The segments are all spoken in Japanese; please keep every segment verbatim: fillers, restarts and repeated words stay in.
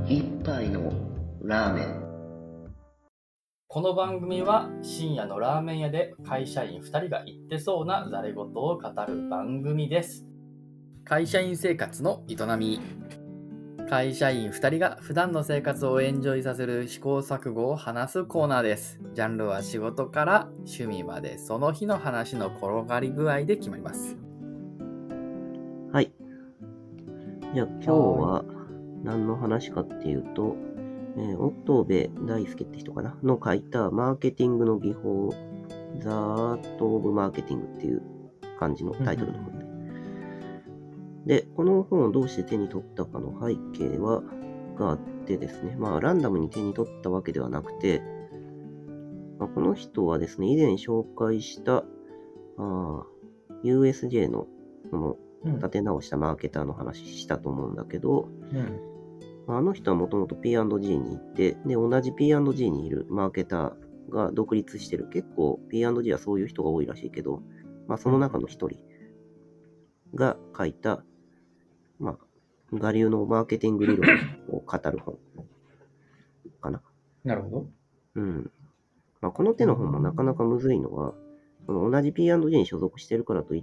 一杯のラーメン。 この番組は深夜のラーメン屋で会社員ふたりが言ってそうなざれ言を語る番組です。会社員生活の営み。会社員ふたりが普段の生活をエンジョイさせる試行錯誤を話すコーナーです。ジャンルは仕事から趣味までその日の話の転がり具合で決まります。 はい。じゃあ今日は何の話かっていうと、えー、乙部大輔って人かなの書いたマーケティングの技法、ザートオブマーケティングっていう感じのタイトルの本で。で、この本をどうして手に取ったかの背景は、があってですね、まあランダムに手に取ったわけではなくて、まあ、この人はですね、以前紹介したあ ユーエスジェー のこの立て直したマーケターの話したと思うんだけど、うんまあ、あの人はもともと ピーアンドジー に行って、で、同じ ピーアンドジー にいるマーケターが独立してる。結構 ピーアンドジー はそういう人が多いらしいけど、まあその中の一人が書いた、まあ、我流のマーケティング理論を語る本かな。 なるほど。 うん。まあ、この手の本もなかなかむずいのは、その同じ ピーアンドジー に所属してるからといって、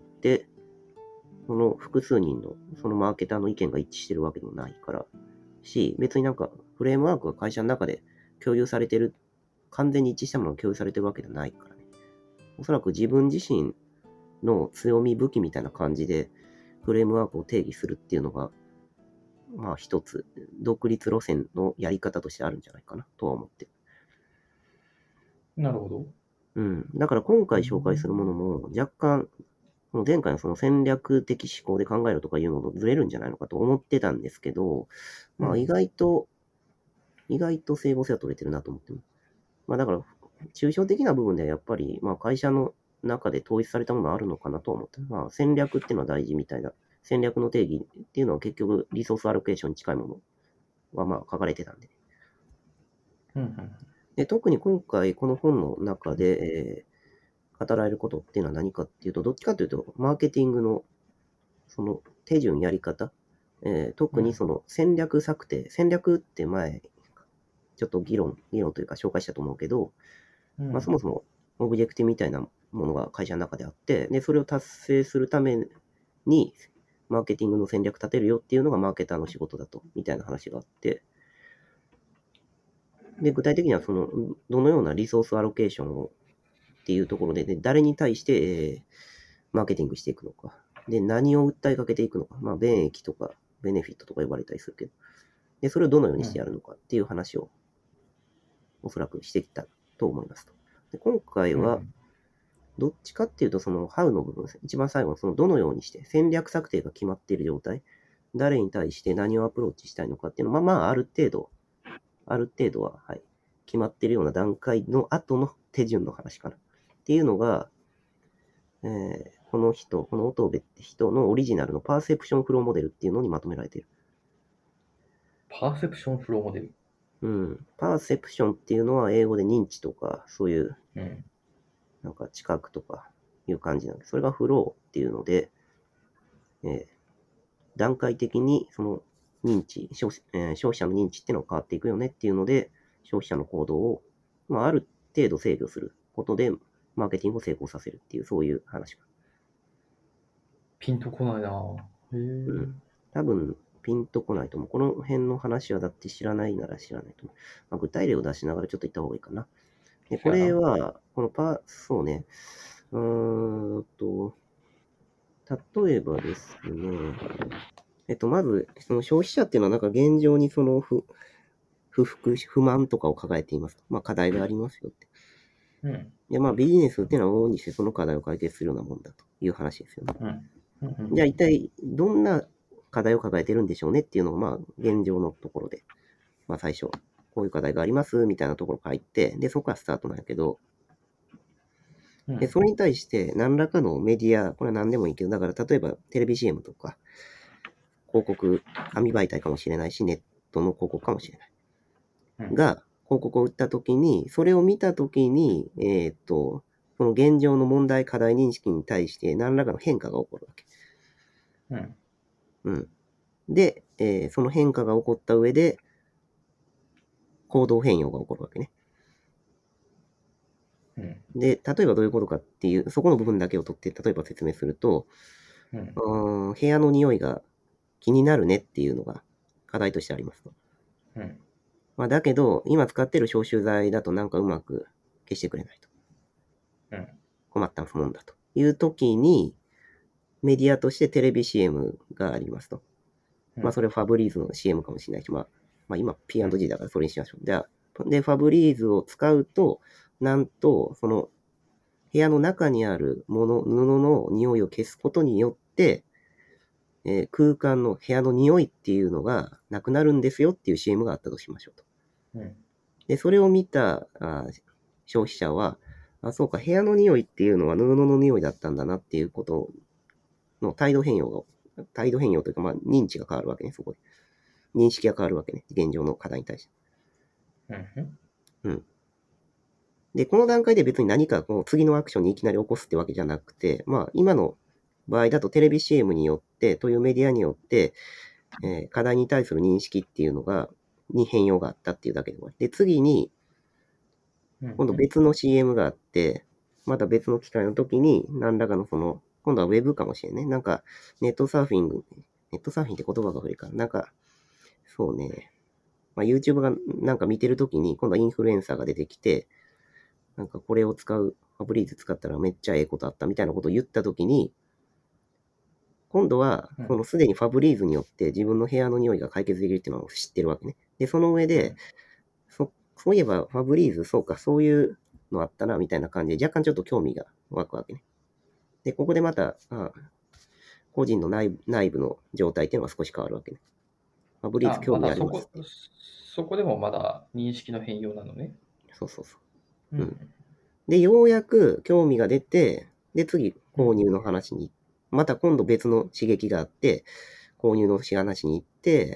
その複数人のそのマーケターの意見が一致してるわけでもないからし、別になんかフレームワークが会社の中で共有されてる、完全に一致したものが共有されてるわけではないからね。おそらく自分自身の強み武器みたいな感じでフレームワークを定義するっていうのが、まあ一つ独立路線のやり方としてあるんじゃないかなとは思ってる。 なるほど。 うん。だから今回紹介するものも若干、前回のその戦略的思考で考えるとかいうのとずれるんじゃないのかと思ってたんですけど、まあ意外と、うん、意外と整合性は取れてるなと思ってます。まあだから、抽象的な部分ではやっぱり、まあ会社の中で統一されたものはあるのかなと思って、まあ戦略っていうのは大事みたいな、戦略の定義っていうのは結局リソースアロケーションに近いものはまあ書かれてたんで。 うんうん、 で特に今回この本の中で、えー語られることっていうのは何かっていうと、どっちかというと、マーケティングのその手順やり方、えー、特にその戦略策定、うん、戦略って前、ちょっと議論、議論というか紹介したと思うけど、うんまあ、そもそもオブジェクティブみたいなものが会社の中であって、で、それを達成するために、マーケティングの戦略立てるよっていうのがマーケターの仕事だと、みたいな話があって、で、具体的にはその、どのようなリソースアロケーションをっていうところで、で誰に対して、えー、マーケティングしていくのか。で、何を訴えかけていくのか。まあ、便益とか、ベネフィットとか呼ばれたりするけど。で、それをどのようにしてやるのかっていう話を、おそらくしてきたと思いますと。で、今回は、どっちかっていうと、その、ハウの部分ですね。一番最後の、その、どのようにして、戦略策定が決まっている状態。誰に対して何をアプローチしたいのかっていうのは、まあまあ、ある程度、ある程度は、はい、決まっているような段階の後の手順の話かな。っていうのが、えー、この人、この乙部って人のオリジナルのパーセプションフローモデルっていうのにまとめられている。 パーセプションフローモデル。 うん。パーセプションっていうのは英語で認知とか、そういう、うん、なんか知覚とかいう感じなんです。それがフローっていうので、えー、段階的にその認知消、えー、消費者の認知っていうのが変わっていくよねっていうので、消費者の行動を、まあ、ある程度制御することで、マーケティングを成功させるっていう、そういう話。 ピンとこないなぁ。へー、うん。多分、ピンとこないと思う。この辺の話はだって知らないなら知らないと思う。まあ、具体例を出しながらちょっと言った方がいいかな。で、これは、このパ、そうね、うーんと、例えばですね、えっと、まず、その消費者っていうのはなんか現状にその不、不服、不満とかを抱えています。まあ課題がありますよって。うん。で、まあビジネスっていうのは往々にしてその課題を解決するようなもんだという話ですよね。うんうんうん、じゃあ一体どんな課題を抱えてるんでしょうねっていうのがまあ現状のところで、まあ最初、こういう課題がありますみたいなところ書いて、で、そこからスタートなんやけど、で、それに対して何らかのメディア、これは何でもいいけど、だから例えばテレビ シーエム とか、広告、紙媒体かもしれないし、ネットの広告かもしれない。が、広告を売ったときに、それを見たときに、えっと、その現状の問題課題認識に対して何らかの変化が起こるわけ。うん。うん。で、えー、その変化が起こった上で、 行動変容が起こるわけね。 うん。 で、例えばどういうことかっていう、そこの部分だけを取って、例えば説明すると、 うん。 うーん部屋の匂いが気になるねっていうのが課題としてありますと。 うん。 まあ、だけど、今使ってる消臭剤だとなんかうまく消してくれないと。 うん。 困ったもんだという時に、メディアとしてテレビ シーエム がありますと。まあ、それはファブリーズの シーエム かもしれないし、まあ、まあ、今 ピーアンドジー だからそれにしましょう。で、でファブリーズを使うと、なんと、その、部屋の中にあるもの、布の匂いを消すことによって、えー空間の部屋の匂いっていうのがなくなるんですよっていう シーエム があったとしましょうと。 うん。 で、それを見たあ消費者は、あ、そうか、部屋の匂いっていうのは布の匂いだったんだなっていうことの態度変容が、態度変容というか、まあ、認知が変わるわけね、そこで。認識が変わるわけね、現状の課題に対して。 うん。 うん。で、この段階で別に何かこう次のアクションにいきなり起こすってわけじゃなくて、まあ、今の場合だとテレビ シーエム によって、というメディアによって、えー課題に対する認識っていうのが、に変容があったっていうだけで終わり。で、次に、 うん。 今度別の シーエム があって、また別の機会の時に、何らかのその、今度はウェブかもしれんね。なんか、ネットサーフィング、ネットサーフィンって言葉が古いから、なんか、そうね、まあ、YouTube がなんか見てる時に、今度はインフルエンサーが出てきて、なんかこれを使う、ファブリーズ使ったらめっちゃええことあったみたいなことを言った時に、今度は、そのすでにファブリーズによって自分の部屋の匂いが解決できるっていうのを知ってるわけね。で、その上で、そそういえばファブリーズ、そうか、そういうのあったな、みたいな感じで、若干ちょっと興味が湧くわけね。で、ここでまた、あ個人の内部内部の状態っていうのが少し変わるわけね。ファブリーズあ、 興まだそこ味あります。、 そこでもまだ認識の変容なのね。 そうそうそう。 ううん。で、ようやく興味が出て、で、次、購入の話に、また今度別の刺激があって、購入の話に行って、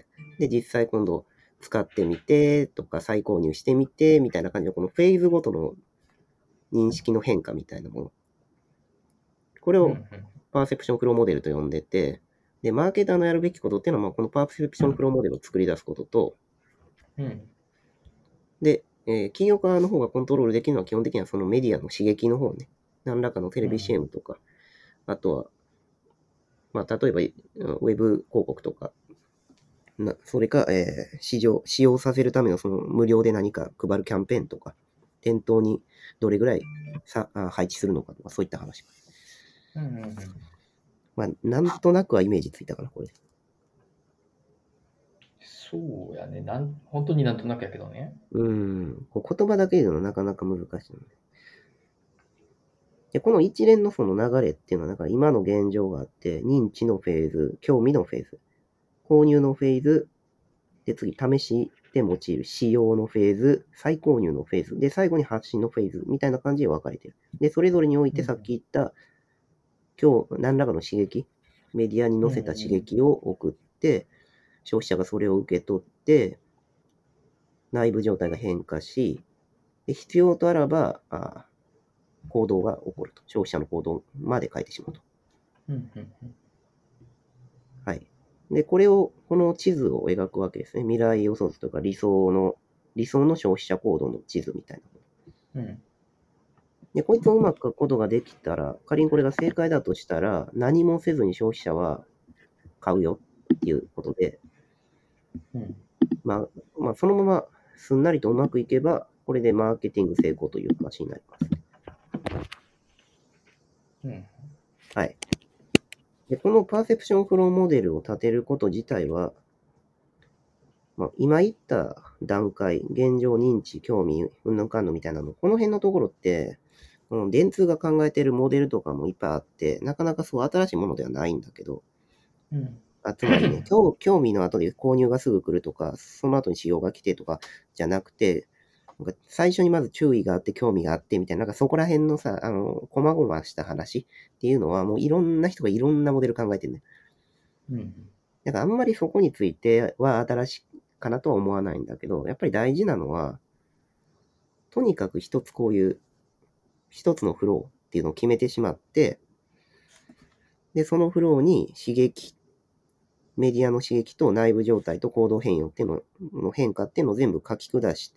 で、実際今度使ってみて、とか再購入してみて、みたいな感じで、このフェーズごとの認識の変化みたいなもの。これをうんうんパーセプションフローモデルと呼んでて、で、マーケターのやるべきことっていうのは、まあ、このパーセプションフローモデルを作り出すことと、 うんで、えー企業側の方がコントロールできるのは基本的にはそのメディアの刺激の方ね。何らかのテレビ シーエム とか、あとは、まあ、例えば、うんウェブ広告とか、なそれか、えー市場、使用させるためのその無料で何か配るキャンペーンとか、店頭にどれぐらいさあ配置するのかとか、そういった話。 うんうんうん。 まあ、なんとなくはイメージついたかな、これ。 そうやね。なん、本当になんとなくやけどね。 うーん、こう言葉だけで言うのはなかなか難しいので。で、この一連のその流れっていうのは、だから今の現状があって、認知のフェーズ、興味のフェーズ、購入のフェーズ、で、次、試しで用いる使用のフェーズ、再購入のフェーズ、で、最後に発信のフェーズみたいな感じで分かれてる。で、それぞれにおいてさっき言った、今日何らかの刺激、メディアに載せた刺激を送って、消費者がそれを受け取って、内部状態が変化し、で必要とあらばあ、行動が起こると。消費者の行動まで変えてしまうと。 うんうんうん。 はい。で、これを、この地図を描くわけですね。未来予想図というか理想の、理想の消費者行動の地図みたいな。 うんで、こいつをうまく書くことができたら、仮にこれが正解だとしたら、何もせずに消費者は買うよっていうことで、 うんまあ、まあ、そのまますんなりとうまくいけば、これでマーケティング成功という話になります。 うんはい。で、このパーセプションフローモデルを立てること自体は、まあ、今言った段階、現状認知、興味、うんぬんかんぬんみたいなの、この辺のところって、この電通が考えているモデルとかもいっぱいあって、なかなかそう新しいものではないんだけど、 うんあつまりね、興興味の後で購入がすぐ来るとか、その後に使用が来てとかじゃなくて、なんか最初にまず注意があって、興味があってみたいな、なんかそこら辺のさ、あの、細々した話っていうのは、もういろんな人がいろんなモデル考えてるね。 うんだからあんまりそこについては新しいかなとは思わないんだけど、やっぱり大事なのは、とにかく一つこういう、一つのフローっていうのを決めてしまって、で、そのフローに刺激メディアの刺激と内部状態と行動変容っていうのの変化っていうのを全部書き下して、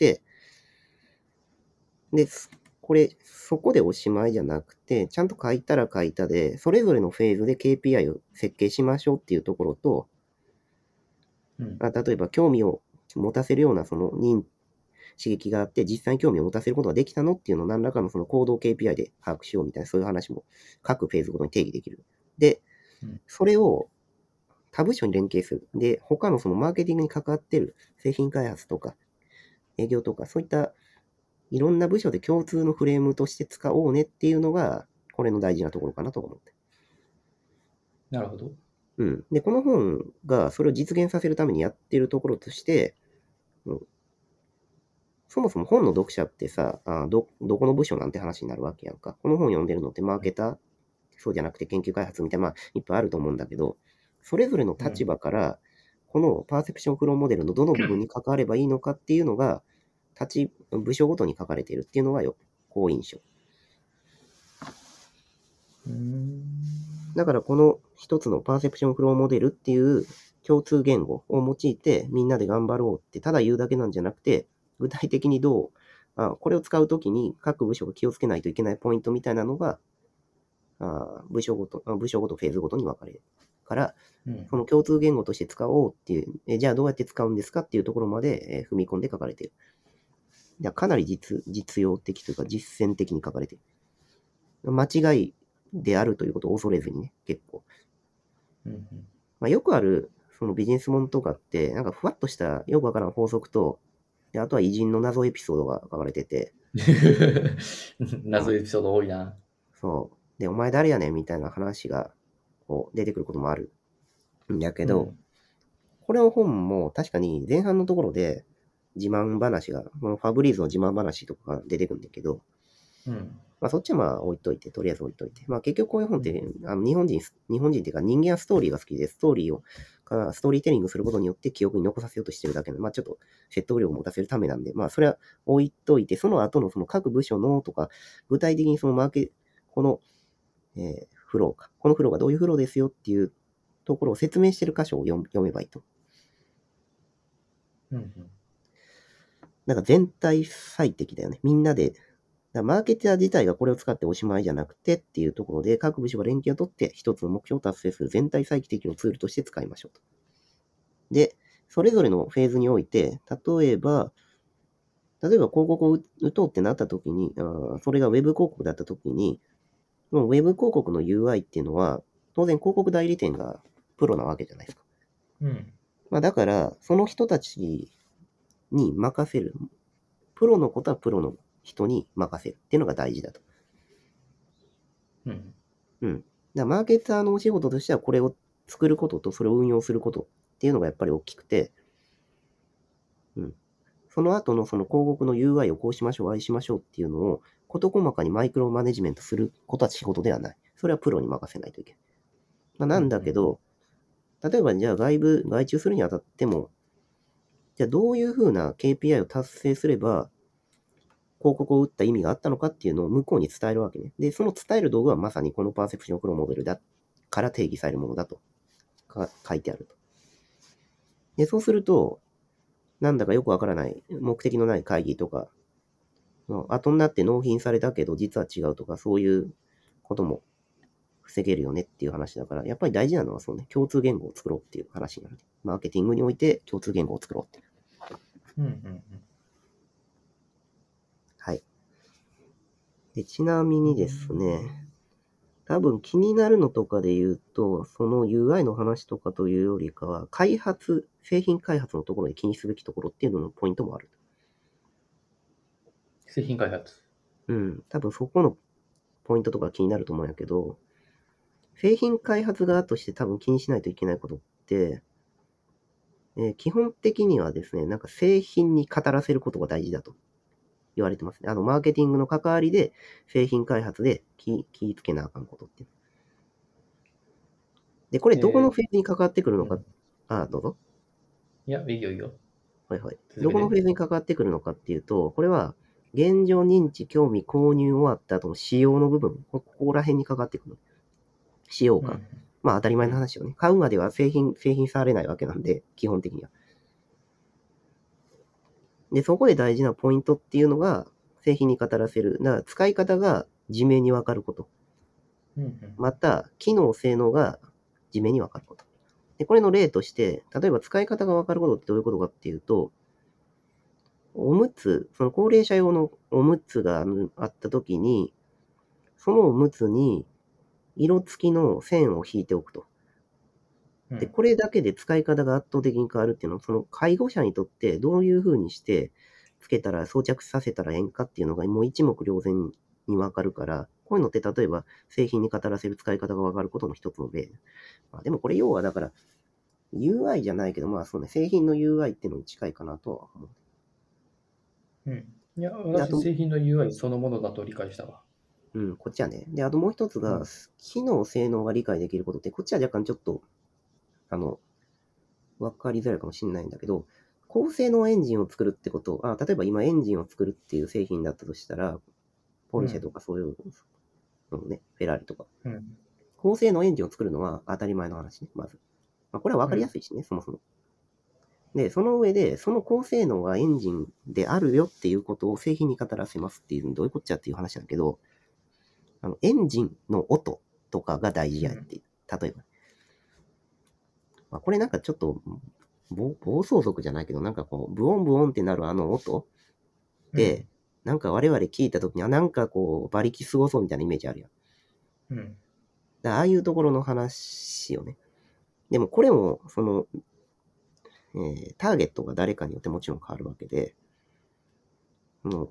で、これ、そこでおしまいじゃなくて、ちゃんと書いたら書いたで、それぞれのフェーズで ケーピーアイ を設計しましょうっていうところと、 うん。 あ例えば興味を持たせるようなその認刺激があって、実際に興味を持たせることができたのっていうのを何らかのその行動 ケーピーアイ で把握しようみたいな、そういう話も各フェーズごとに定義できる。で、 うんそれを他部署に連携する。で、他のそのマーケティングに関わってる製品開発とか営業とか、そういったいろんな部署で共通のフレームとして使おうねっていうのが、これの大事なところかなと思って。 なるほど。 うん。で、この本がそれを実現させるためにやってるところとして、うん、そもそも本の読者ってさ、あど、どこの部署なんて話になるわけやんか。この本読んでるのってマーケター、そうじゃなくて研究開発みたいな、まあ、いっぱいあると思うんだけど、それぞれの立場から、このパーセプションフローモデルのどの部分に関わればいいのかっていうのが、立ち、部署ごとに書かれているっていうのがよ、好印象。 うーん。 だからこの一つのパーセプションフローモデルっていう共通言語を用いてみんなで頑張ろうってただ言うだけなんじゃなくて、具体的にどう、あこれを使うときに各部署が気をつけないといけないポイントみたいなのが、あ部署ごと、部署ごとフェーズごとに分かれるから、 うん。 その共通言語として使おうっていう、えじゃあどうやって使うんですかっていうところまで、え踏み込んで書かれている。いやかなり 実, 実用的というか実践的に書かれている。間違いであるということを恐れずにね、結構。 うんうんまあ、よくあるそのビジネスモンとかって、なんかふわっとしたよくわからん法則と、であとは偉人の謎エピソードが書かれてて、 謎エピソード多いな。 そう。で、お前誰やねんみたいな話がこう出てくることもあるんだけど、 うんこれの本も確かに前半のところで自慢話が、このファブリーズの自慢話とかが出てくるんだけど、 うんまあそっちはまあ置いといて、とりあえず置いといて。まあ結局こういう本って、あの日本人、日本人っていうか人間はストーリーが好きで、ストーリーを、ストーリーテリングすることによって記憶に残させようとしてるだけで、まあちょっと説得力を持たせるためなんで、まあそれは置いといて、その後のその各部署のとか、具体的にそのマーケ、この、えー、フローか。このフローがどういうフローですよっていうところを説明してる箇所を読めばいいと。 うんうんなんか全体最適だよね。みんなで、マーケティア自体がこれを使っておしまいじゃなくてっていうところで、各部署が連携を取って一つの目標を達成する全体再帰的のツールとして使いましょうと。で、それぞれのフェーズにおいて、例えば、例えば広告を打とうってなった時に、あそれがウェブ広告だった時に、もうウェブ広告の ユーアイ っていうのは、当然広告代理店がプロなわけじゃないですか。 うんまあだから、その人たちに任せる。プロのことはプロの人に任せるっていうのが大事だと。 うんうん。だからマーケターのお仕事としてはこれを作ることとそれを運用することっていうのがやっぱり大きくて、うん。その後のその広告の ユーアイ をこうしましょう、ああしましょうっていうのを事細かにマイクロマネジメントすることは仕事ではない。それはプロに任せないといけない。まあ、なんだけど、例えばじゃあ外部、外注するにあたっても、じゃあどういうふうな ケーピーアイ を達成すれば、広告を打った意味があったのかっていうのを向こうに伝えるわけね。で、その伝える道具はまさにこのパーセプションフローモデルだから定義されるものだと書いてあると。で、そうすると、なんだかよくわからない、目的のない会議とか、後になって納品されたけど実は違うとか、そういうことも防げるよねっていう話だから、やっぱり大事なのはそうね、共通言語を作ろうっていう話になる。マーケティングにおいて共通言語を作ろうって。 うんうんはい。で、ちなみにですね、多分気になるのとかで言うと、その ユーアイ の話とかというよりかは、開発、製品開発のところで気にすべきところっていうののポイントもある。 製品開発。 うん。多分そこのポイントとか気になると思うんやけど、製品開発側として多分気にしないといけないことって、えー基本的にはですね、なんか製品に語らせることが大事だと言われてますね。あの、マーケティングの関わりで、製品開発で気気ぃつけなあかんことっていう。で、これどこのフェーズに関わってくるのか、 うんあ、どうぞ。 いや、いいよいいよ。 はいはい。 続けてどこのフェーズに関わってくるのかっていうと、これは、現状認知、興味、購入終わった後の使用の部分、ここら辺に関わってくる。使用感。 まあ当たり前の話よね。買うまでは製品、製品触れないわけなんで、基本的には。で、そこで大事なポイントっていうのが、製品に語らせる。だから使い方が地面にわかること。 うんうんまた、機能、性能が地面にわかること。で、これの例として、例えば使い方がわかることってどういうことかっていうと、おむつ、その高齢者用のおむつがあったときに、そのおむつに色付きの線を引いておくと。で、 うんこれだけで使い方が圧倒的に変わるっていうのは、その介護者にとってどういう風にしてつけたら、装着させたらええんかっていうのがもう一目瞭然にわかるから、こういうのって例えば製品に語らせる使い方がわかることの一つの例。まあ、でもこれ要はだから ユーアイ じゃないけど、まあそうね、製品の ユーアイ っていうのに近いかなとは思う。 うんいや、 で、あと、 私、製品の ユーアイ そのものだと理解したわ。 うん、こっちはね。で、あともう一つが、 うん機能、性能が理解できることって、こっちは若干ちょっと、あの、わかりづらいかもしれないんだけど、高性能エンジンを作るってことあ、例えば今エンジンを作るっていう製品だったとしたら、ポルシェとかそういうのね、フェラーリとか。 うん高性能エンジンを作るのは当たり前の話ね、まず。まあ、これはわかりやすいしね、そもそも。で、その上で、その高性能がエンジンであるよっていうことを製品に語らせますっていう、どういうこっちゃっていう話だけど、あの、エンジンの音とかが大事やって、例えば。まあ、これなんかちょっと、暴暴走族じゃないけど、なんかこう、ブオンブオンってなるあの音で、なんか我々聞いたときには、なんかこう、馬力すごそうみたいなイメージあるやん。 うんうんだからああいうところの話よね。でもこれも、その、えーターゲットが誰かによってもちろん変わるわけで、もう、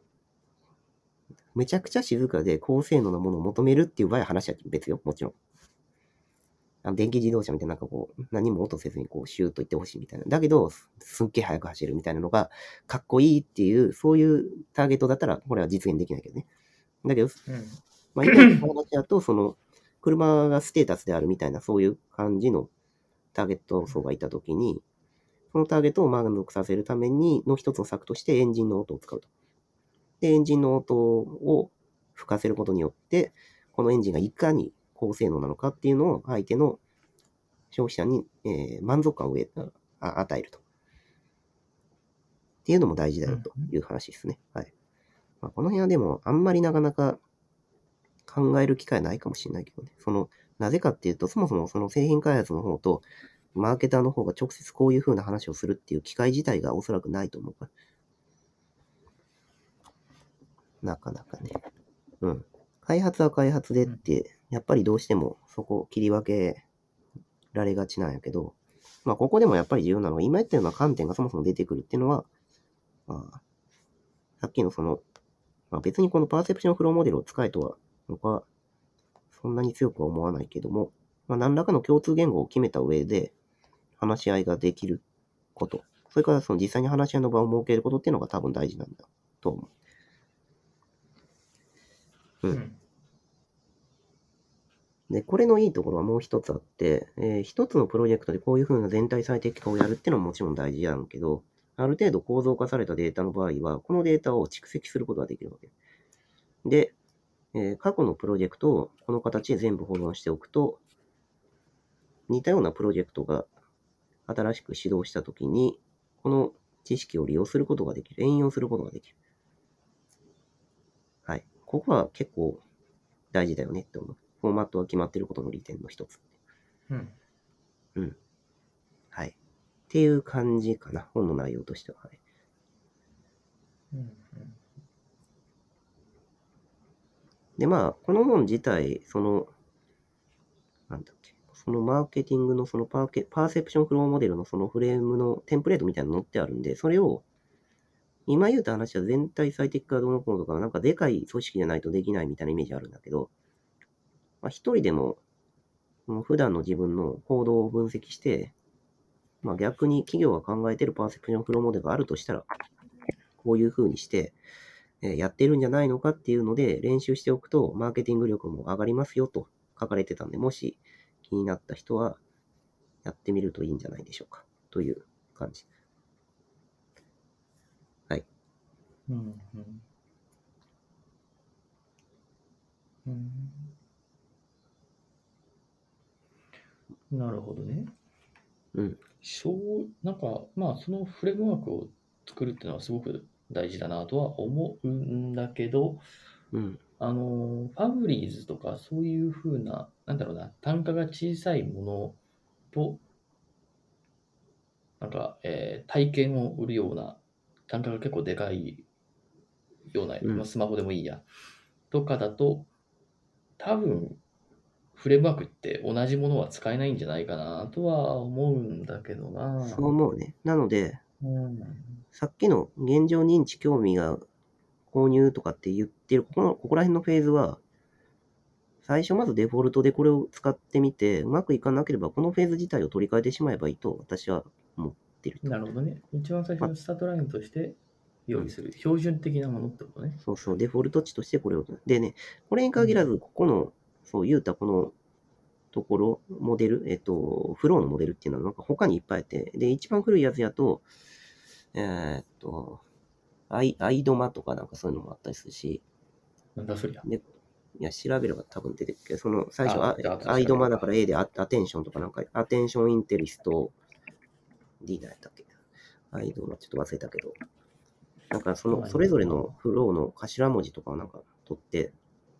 めちゃくちゃ静かで高性能なものを求めるっていう場合は話は別よ、もちろん。あの電気自動車みたいな、なんかこう、何も音せずにこう、シューッと行ってほしいみたいな。だけど、すっげえ速く走るみたいなのが、かっこいいっていう、そういうターゲットだったら、これは実現できないけどね。だけど、 うんまあ、今の話だと、その、車がステータスであるみたいな、そういう感じのターゲット層がいたときに、そのターゲットを満足させるためにの一つの策としてエンジンの音を使うと。で、エンジンの音を吹かせることによって、このエンジンがいかに高性能なのかっていうのを相手の消費者に、えー満足感をあ与えると。っていうのも大事だよという話ですね。はい。まあ、この辺はでもあんまりなかなか考える機会ないかもしれないけどね。その、なぜかっていうと、そもそもその製品開発の方と、マーケターの方が直接こういう風な話をするっていう機会自体がおそらくないと思うから。なかなかね。うん。開発は開発でって、やっぱりどうしてもそこを切り分けられがちなんやけど、まあここでもやっぱり重要なのは、今言ったような観点がそもそも出てくるっていうのは、まあ、さっきのその、まあ、別にこのパーセプションフローモデルを使えとは、僕はそんなに強くは思わないけども、まあ、何らかの共通言語を決めた上で話し合いができること、それからその実際に話し合いの場を設けることっていうのが多分大事なんだと思う。うん。 うんで、これのいいところはもう一つあって、えー一つのプロジェクトでこういう風な全体最適化をやるっていうのはもちろん大事やんけど、ある程度構造化されたデータの場合は、このデータを蓄積することができるわけ。で、えー過去のプロジェクトをこの形で全部保存しておくと、似たようなプロジェクトが新しく始動したときに、この知識を利用することができる。援用することができる。はい。ここは結構大事だよねって思う。フォーマットが決まっていることの利点の一つ。 うんうん。はい。っていう感じかな。本の内容としては。はい。 うんで、まあ、この本自体、その、なんだっけ、そのマーケティングのそのパーケパーセプションフローモデルのそのフレームのテンプレートみたいなの載ってあるんで、それを、今言うた話は全体最適化どうのこうのとか、なんかでかい組織じゃないとできないみたいなイメージあるんだけど、まあ、一人でも、もう普段の自分の行動を分析して、まあ、逆に企業が考えているパーセプションフローモデルがあるとしたら、こういう風にして、えーやってるんじゃないのかっていうので練習しておくと、マーケティング力も上がりますよと書かれてたんで、もし気になった人はやってみるといいんじゃないでしょうか。という感じ。はい。 うんうんうんなるほどね。 うん。 そう、なんか、まあ、そのフレームワークを作るっていうのはすごく大事だなとは思うんだけど、 うん。 あの、ファブリーズとかそういうふうな、なんだろうな、単価が小さいものと、なんか、えー体験を売るような、単価が結構でかいような、 うん。 まあ、スマホでもいいや、とかだと、多分、フレームワークって同じものは使えないんじゃないかなとは思うんだけどそうな。 思うね。なので、 うん。 さっきの現状認知興味が購入とかって言ってる、ここの、ここら辺のフェーズは、最初まずデフォルトでこれを使ってみて、うまくいかなければこのフェーズ自体を取り替えてしまえばいいと私は思ってると。 なるほどね。一番最初まあ、 のスタートラインとしてうん。 用意する。標準的なものってことね。 そうそう、デフォルト値としてこれを。でね、これにうん限らず、ここの、そう、言うたこのところ、モデル、えっと、フローのモデルっていうのはなんか他にいっぱいあって、で、一番古いやつやと、えーっと、アイ、アイドマとかなんかそういうのもあったりするし、 なんだそりゃ。 で、いや、調べれば多分出てくるけど、その最初、ああじゃあ後でアイドマだから調べるか。 A でアアテンションとかなんか、アテンションインテリスト D なんやったっけ。アイドマちょっと忘れたけど、なんかその、それぞれのフローの頭文字とかをなんか取って、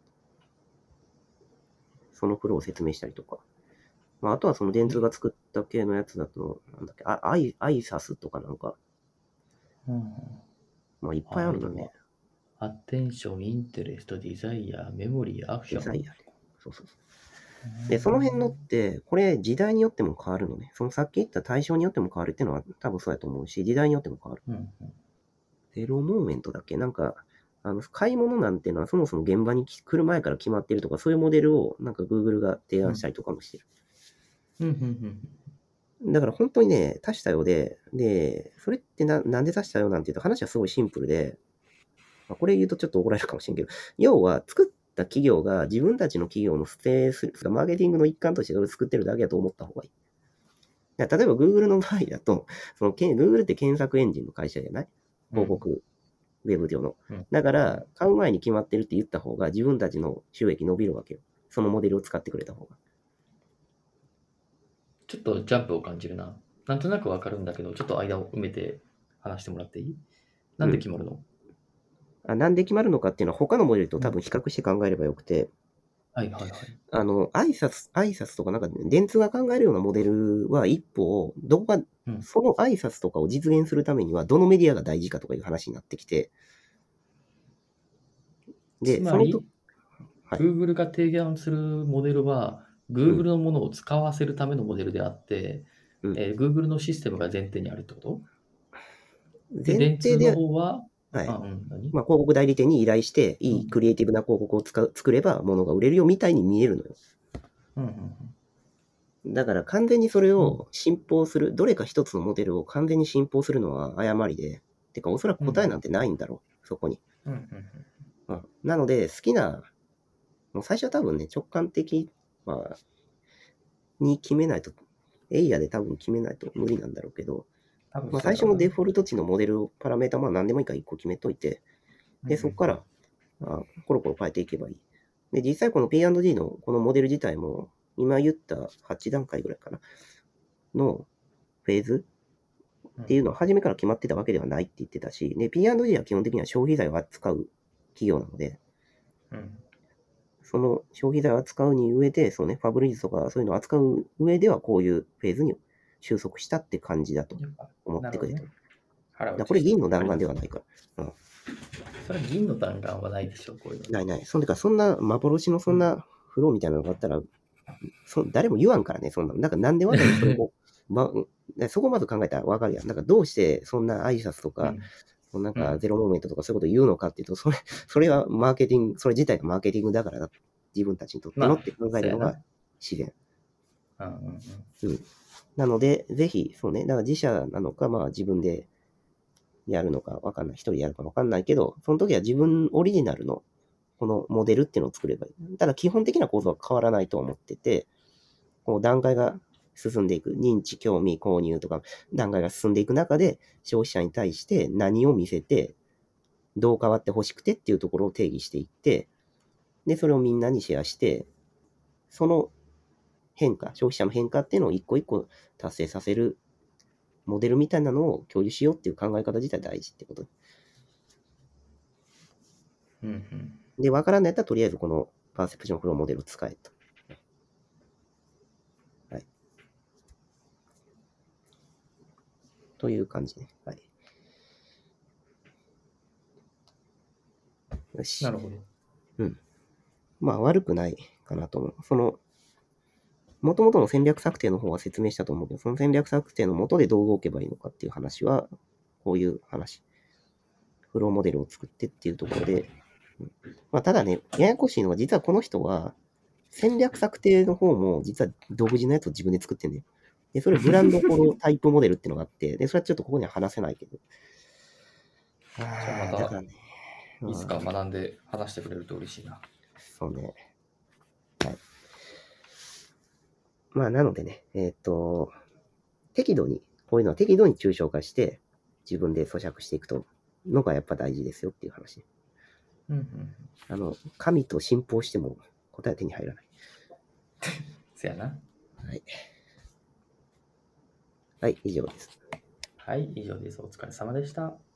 そのフローを説明したりとか。まあ、あとはその電通が作った系のやつだと、なんだっけ、あアイ、アイサスとかなんか、 うん。 まあいっぱいあアイドマ、 るのね。 アテンション、インテレスト、デザイア、メモリー、アクション。 デザイアで。そうそうそう。で、その辺のって、これ時代によっても変わるのね。そのさっき言った対象によっても変わるっていうのは多分そうやと思うし、時代によっても変わる。 うんうんゼロモーメントだっけなんか、あの、買い物なんていうのはそもそも現場に来る前から決まってるとか、そういうモデルをなんか Google が提案したりとかもしてる。 うんうんうんだから本当にね、足したようで、で、それってななんで足したよなんていうと話はすごいシンプルで、まあ、これ言うとちょっと怒られるかもしれんけど、要は作った企業が自分たちの企業のステース、マーケティングの一環としてそれを作ってるだけだと思った方がいい。例えば Google の場合だと、その Google って検索エンジンの会社じゃない広告、ウェブ上の。 うんだから、買う前に決まってるって言った方が自分たちの収益伸びるわけよ。そのモデルを使ってくれた方が。 ちょっとジャンプを感じるな。なんとなくわかるんだけど、ちょっと間を埋めて話してもらっていい？なんで決まるの？ あなんで決まるのかっていうのは他のモデルと多分比較して考えればよくて、 はいはいはい。 あの、挨拶、挨拶とかなんか、電通が考えるようなモデルは一方、どこが、 うんその挨拶とかを実現するためにはどのメディアが大事かとかいう話になってきて、で、 つまり、 そのと、はい Google が提案するモデルは、 う Google ん、 のものを使わせるためのモデルであって、 うん。 えー Google のシステムが前提にあるってことで、 前電通の提で、 方は、あ、 はい。 うん、何まあ、広告代理店に依頼して、いいクリエイティブな広告を使う作れば、物が売れるよみたいに見えるのよ。 うんうんだから完全にそれうんを信奉する、どれか一つのモデルを完全に信奉するのは誤りで、てかおそらく答えなんてないんだろう、そこに。 うんうんうん、なので、好きな、もう最初は多分ね、直感的、まあ、に決めないと、エイヤで多分決めないと無理なんだろうけど、 多分まあ、 そうだろうな最初のデフォルト値のモデルを、パラメータ、まあ何でもいいからいっこ決めといて、で、そこから、あコロコロ変えていけばいい。で、実際この ピーアンドジー のこのモデル自体も、今言ったはち段階ぐらいかな、のフェーズっていうのは初めから決まってたわけではないって言ってたし、で、ピーアンドジー は基本的には消費財を扱う企業なので、 うんその消費財を扱うに上で、そうね、ファブリーズとかそういうのを扱う上ではこういうフェーズに収束したって感じだと思ってくれてる。 腹だこれ銀の弾丸ではないから。うん、 それは銀の弾丸はないでしょ、こういうの。 ないない。そんでか、そんな幻のそんなフローみたいなのがあったら、そ誰も言わんからね、そんなの。だからなんでわざわざそれを、ま、そこまず考えたらわかるやん。だからどうしてそんな挨拶とか、 うんなんかゼロモーメントとかそういうこと言うのかっていうと、それ、それはマーケティング、それ自体がマーケティングだからだ。自分たちにとってのって考えるのが自然。 うんうんうんうん。なので、ぜひ、そうね、だから自社なのか、まあ自分でやるのかわかんない。一人でやるかわかんないけど、その時は自分オリジナルのこのモデルっていうのを作ればいい。ただ基本的な構造は変わらないと思ってて、こう段階が進んでいく。認知、興味、購入とか段階が進んでいく中で、消費者に対して何を見せて、どう変わってほしくてっていうところを定義していって、で、それをみんなにシェアして、その変化、消費者の変化っていうのを一個一個達成させるモデルみたいなのを共有しようっていう考え方自体大事ってこと。 うんうんで、わからんのやったらとりあえずこのパーセプションフローモデルを使えと。はい。という感じね。はい。よし。 なるほど。 うん。まあ悪くないかなと思う。その、元々の戦略策定の方は説明したと思うけど、その戦略策定の元でどう動けばいいのかっていう話は、こういう話。フローモデルを作ってっていうところで、うん、まあただね、ややこしいのは実はこの人は、戦略策定の方も実は独自のやつを自分で作ってんね。で、それブランドフォロータイプモデルっていうのがあって、で、それはちょっとここには話せないけど。 じゃあまああ、だからた、 ね。 いつか学んで話してくれると嬉しいな。 そうね。はい。まあ、なのでね、えっと、適度に、こういうのは適度に抽象化して、自分で咀嚼していくとのがやっぱ大事ですよっていう話。 うんうん。 あの、神と信奉しても答えは手に入らない。 せやな。 はい。はい、以上です。 はい、以上です。お疲れ様でした。